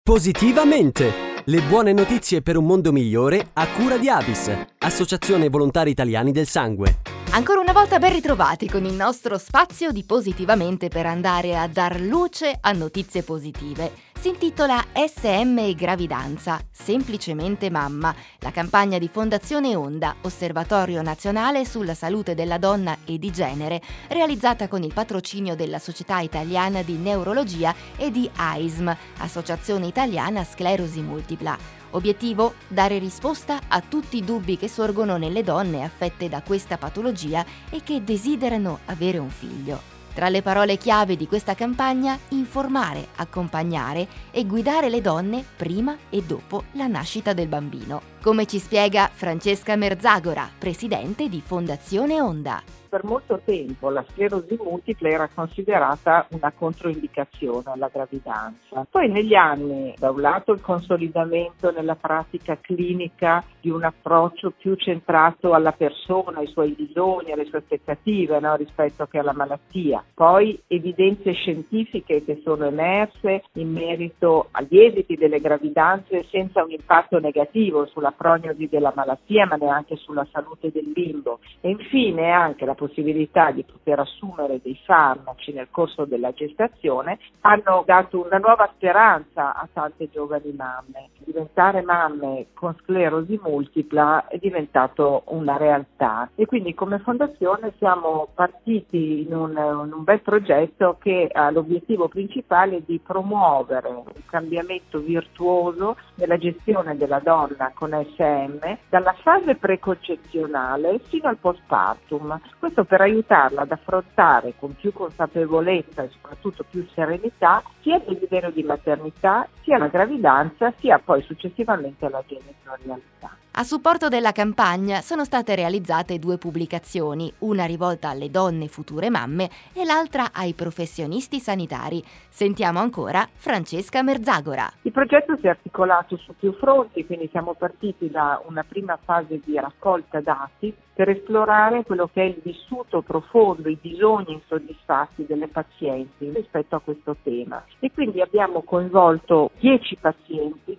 Positivamente! Le buone notizie per un mondo migliore a cura di Avis, Associazione Volontari Italiani del Sangue. Ancora una volta ben ritrovati con il nostro spazio di Positivamente per andare a dar luce a notizie positive. Si intitola SM e gravidanza, semplicemente mamma, la campagna di Fondazione Onda, Osservatorio Nazionale sulla Salute della Donna e di Genere, realizzata con il patrocinio della Società Italiana di Neurologia e di AISM, Associazione Italiana Sclerosi Multipla. Obiettivo? Dare risposta a tutti i dubbi che sorgono nelle donne affette da questa patologia e che desiderano avere un figlio. Tra le parole chiave di questa campagna, informare, accompagnare e guidare le donne prima e dopo la nascita del bambino. Come ci spiega Francesca Merzagora, presidente di Fondazione Onda. Per molto tempo la sclerosi multipla era considerata una controindicazione alla gravidanza. Poi negli anni, da un lato il consolidamento nella pratica clinica di un approccio più centrato alla persona, ai suoi bisogni, alle sue aspettative, rispetto che alla malattia. Poi evidenze scientifiche che sono emerse in merito agli esiti delle gravidanze senza un impatto negativo sulla prognosi della malattia, ma neanche sulla salute del bimbo. E infine anche la possibilità di poter assumere dei farmaci nel corso della gestazione hanno dato una nuova speranza a tante giovani mamme. Diventare mamme con sclerosi multipla è diventato una realtà e quindi come fondazione siamo partiti in un bel progetto che ha l'obiettivo principale di promuovere un cambiamento virtuoso nella gestione della donna con SM dalla fase preconcezionale fino al postpartum. Questo per aiutarla ad affrontare con più consapevolezza e soprattutto più serenità sia il desiderio di maternità, sia la gravidanza, sia poi successivamente la genitorialità. A supporto della campagna sono state realizzate 2 pubblicazioni, una rivolta alle donne future mamme e l'altra ai professionisti sanitari. Sentiamo ancora Francesca Merzagora. Il progetto si è articolato su più fronti, quindi siamo partiti da una prima fase di raccolta dati per esplorare quello che è il vissuto profondo, i bisogni insoddisfatti delle pazienti rispetto a questo tema. E quindi abbiamo coinvolto 10 pazienti,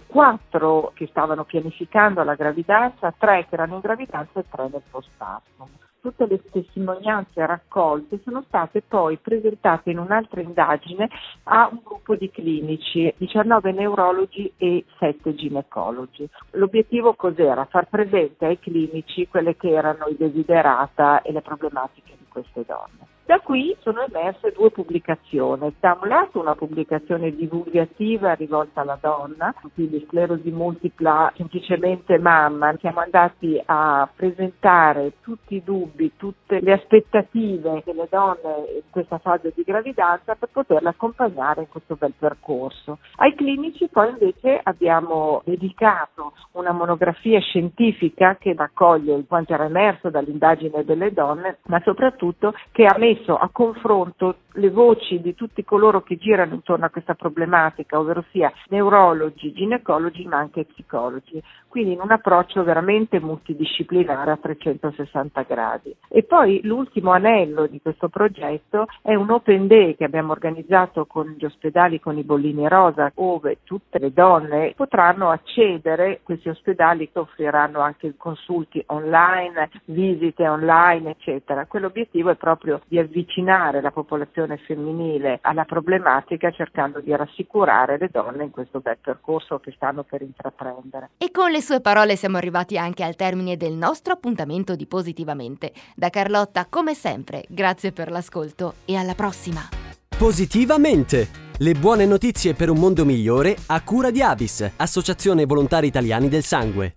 4 che stavano pianificando la gravidanza, 3 che erano in gravidanza e 3 nel postpartum. Tutte le testimonianze raccolte sono state poi presentate in un'altra indagine a un gruppo di clinici, 19 neurologi e 7 ginecologi. L'obiettivo cos'era? Far presente ai clinici quelle che erano i desiderata e le problematiche di queste donne. Da qui sono emerse 2 pubblicazioni. Da un lato una pubblicazione divulgativa rivolta alla donna, quindi sclerosi multipla, semplicemente mamma. Siamo andati a presentare tutti i dubbi, tutte le aspettative delle donne in questa fase di gravidanza per poterle accompagnare in questo bel percorso. Ai clinici poi invece abbiamo dedicato una monografia scientifica che raccoglie quanto era emerso dall'indagine delle donne, ma soprattutto che ha messo a confronto le voci di tutti coloro che girano intorno a questa problematica, ovvero sia neurologi, ginecologi ma anche psicologi, quindi in un approccio veramente multidisciplinare a 360 gradi. E poi l'ultimo anello di questo progetto è un Open Day che abbiamo organizzato con gli ospedali con i bollini rosa, dove tutte le donne potranno accedere, questi ospedali che offriranno anche consulti online, visite online, eccetera. Quell'obiettivo è proprio di avvicinare la popolazione femminile alla problematica cercando di rassicurare le donne in questo bel percorso che stanno per intraprendere. E con le sue parole siamo arrivati anche al termine del nostro appuntamento di Positivamente. Da Carlotta, come sempre, grazie per l'ascolto e alla prossima! Positivamente! Le buone notizie per un mondo migliore a cura di Avis, Associazione Volontari Italiani del Sangue.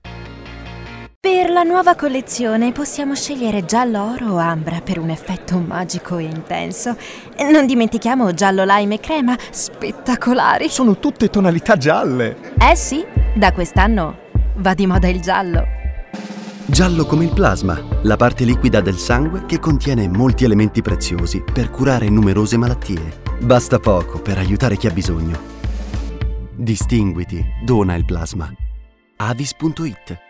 Per la nuova collezione possiamo scegliere giallo oro o ambra per un effetto magico e intenso. Non dimentichiamo giallo lime e crema, spettacolari. Sono tutte tonalità gialle. Sì, da quest'anno va di moda il giallo. Giallo come il plasma, la parte liquida del sangue che contiene molti elementi preziosi per curare numerose malattie. Basta poco per aiutare chi ha bisogno. Distinguiti, dona il plasma. Avis.it